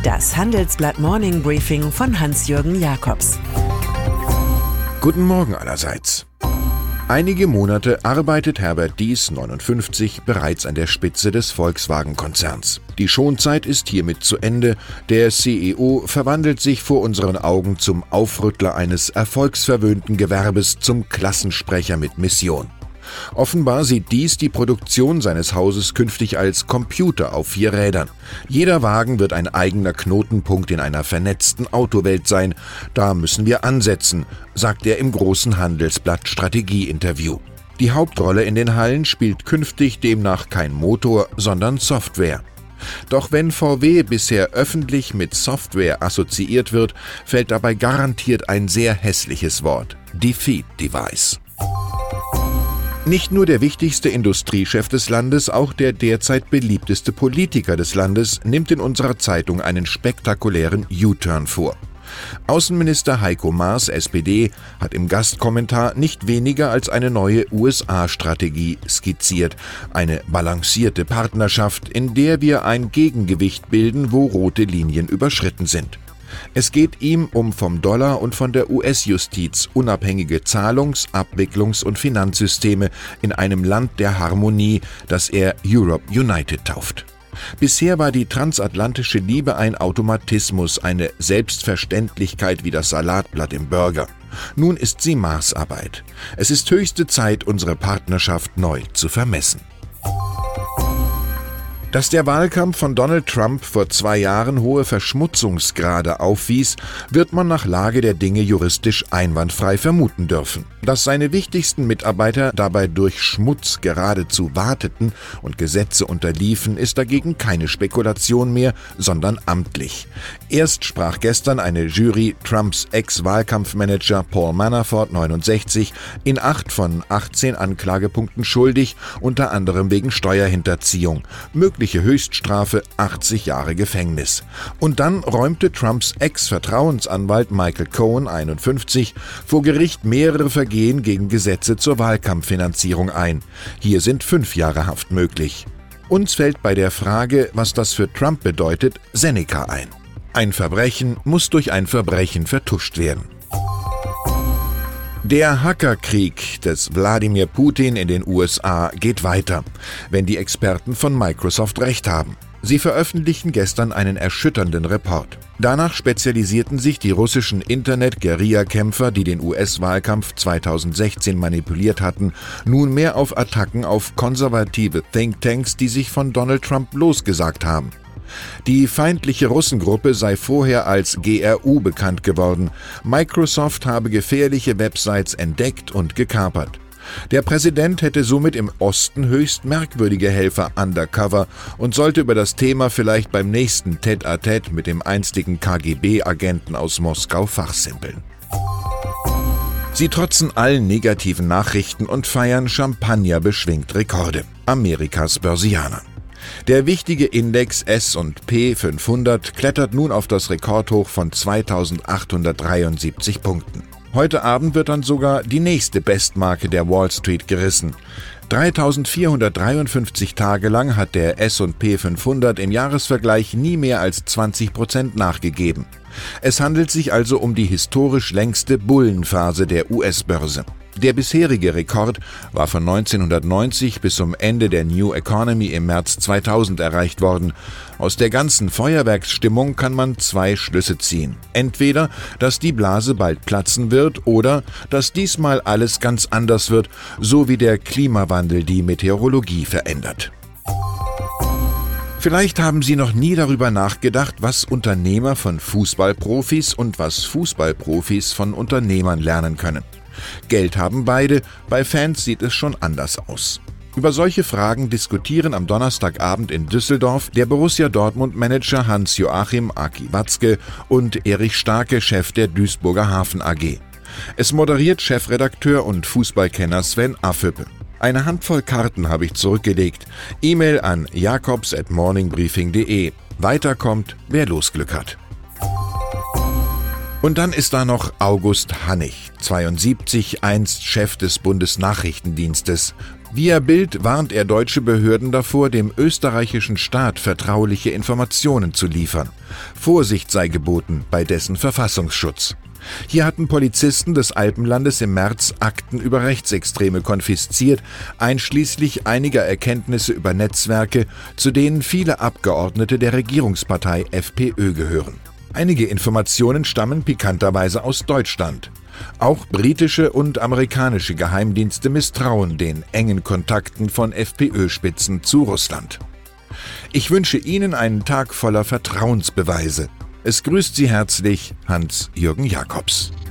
Das Handelsblatt Morning Briefing von Hans-Jürgen Jakobs. Guten Morgen allerseits. Einige Monate arbeitet Herbert Diess, 59, bereits an der Spitze des Volkswagen-Konzerns. Die Schonzeit ist hiermit zu Ende. Der CEO verwandelt sich vor unseren Augen zum Aufrüttler eines erfolgsverwöhnten Gewerbes, zum Klassensprecher mit Mission. Offenbar sieht Diess die Produktion seines Hauses künftig als Computer auf 4 Rädern. Jeder Wagen wird ein eigener Knotenpunkt in einer vernetzten Autowelt sein. Da müssen wir ansetzen, sagt er im großen Handelsblatt Strategie-Interview. Die Hauptrolle in den Hallen spielt künftig demnach kein Motor, sondern Software. Doch wenn VW bisher öffentlich mit Software assoziiert wird, fällt dabei garantiert ein sehr hässliches Wort: Defeat Device. Nicht nur der wichtigste Industriechef des Landes, auch der derzeit beliebteste Politiker des Landes nimmt in unserer Zeitung einen spektakulären U-Turn vor. Außenminister Heiko Maas, SPD, hat im Gastkommentar nicht weniger als eine neue USA-Strategie skizziert. Eine balancierte Partnerschaft, in der wir ein Gegengewicht bilden, wo rote Linien überschritten sind. Es geht ihm um vom Dollar und von der US-Justiz unabhängige Zahlungs-, Abwicklungs- und Finanzsysteme in einem Land der Harmonie, das er Europe United tauft. Bisher war die transatlantische Liebe ein Automatismus, eine Selbstverständlichkeit wie das Salatblatt im Burger. Nun ist sie Maßarbeit. Es ist höchste Zeit, unsere Partnerschaft neu zu vermessen. Dass der Wahlkampf von Donald Trump vor 2 Jahren hohe Verschmutzungsgrade aufwies, wird man nach Lage der Dinge juristisch einwandfrei vermuten dürfen. Dass seine wichtigsten Mitarbeiter dabei durch Schmutz geradezu wateten und Gesetze unterliefen, ist dagegen keine Spekulation mehr, sondern amtlich. Erst sprach gestern eine Jury Trumps Ex-Wahlkampfmanager Paul Manafort, 69, in 8 von 18 Anklagepunkten schuldig, unter anderem wegen Steuerhinterziehung. Mögliche Höchststrafe 80 Jahre Gefängnis. Und dann räumte Trumps Ex-Vertrauensanwalt Michael Cohen, 51, vor Gericht mehrere Vergehen gegen Gesetze zur Wahlkampffinanzierung ein. Hier sind 5 Jahre Haft möglich. Uns fällt bei der Frage, was das für Trump bedeutet, Seneca ein. Ein Verbrechen muss durch ein Verbrechen vertuscht werden. Der Hackerkrieg des Wladimir Putin in den USA geht weiter, wenn die Experten von Microsoft recht haben. Sie veröffentlichten gestern einen erschütternden Report. Danach spezialisierten sich die russischen Internet-Guerilla-Kämpfer, die den US-Wahlkampf 2016 manipuliert hatten, nunmehr auf Attacken auf konservative Thinktanks, die sich von Donald Trump losgesagt haben. Die feindliche Russengruppe sei vorher als GRU bekannt geworden. Microsoft habe gefährliche Websites entdeckt und gekapert. Der Präsident hätte somit im Osten höchst merkwürdige Helfer undercover und sollte über das Thema vielleicht beim nächsten Tête-à-Tête mit dem einstigen KGB-Agenten aus Moskau fachsimpeln. Sie trotzen allen negativen Nachrichten und feiern Champagner beschwingt Rekorde. Amerikas Börsianer. Der wichtige Index S&P 500 klettert nun auf das Rekordhoch von 2.873 Punkten. Heute Abend wird dann sogar die nächste Bestmarke der Wall Street gerissen. 3.453 Tage lang hat der S&P 500 im Jahresvergleich nie mehr als 20% nachgegeben. Es handelt sich also um die historisch längste Bullenphase der US-Börse. Der bisherige Rekord war von 1990 bis zum Ende der New Economy im März 2000 erreicht worden. Aus der ganzen Feuerwerksstimmung kann man 2 Schlüsse ziehen. Entweder, dass die Blase bald platzen wird oder, dass diesmal alles ganz anders wird, so wie der Klimawandel die Meteorologie verändert. Vielleicht haben Sie noch nie darüber nachgedacht, was Unternehmer von Fußballprofis und was Fußballprofis von Unternehmern lernen können. Geld haben beide, bei Fans sieht es schon anders aus. Über solche Fragen diskutieren am Donnerstagabend in Düsseldorf der Borussia Dortmund-Manager Hans-Joachim Aki Watzke und Erich Starke, Chef der Duisburger Hafen AG. Es moderiert Chefredakteur und Fußballkenner Sven Affüppe. Eine Handvoll Karten habe ich zurückgelegt. E-Mail an jakobs@morningbriefing.de. Weiter kommt, wer Losglück hat. Und dann ist da noch August Hannig, 72, einst Chef des Bundesnachrichtendienstes. Via Bild warnt er deutsche Behörden davor, dem österreichischen Staat vertrauliche Informationen zu liefern. Vorsicht sei geboten bei dessen Verfassungsschutz. Hier hatten Polizisten des Alpenlandes im März Akten über Rechtsextreme konfisziert, einschließlich einiger Erkenntnisse über Netzwerke, zu denen viele Abgeordnete der Regierungspartei FPÖ gehören. Einige Informationen stammen pikanterweise aus Deutschland. Auch britische und amerikanische Geheimdienste misstrauen den engen Kontakten von FPÖ-Spitzen zu Russland. Ich wünsche Ihnen einen Tag voller Vertrauensbeweise. Es grüßt Sie herzlich Hans-Jürgen Jakobs.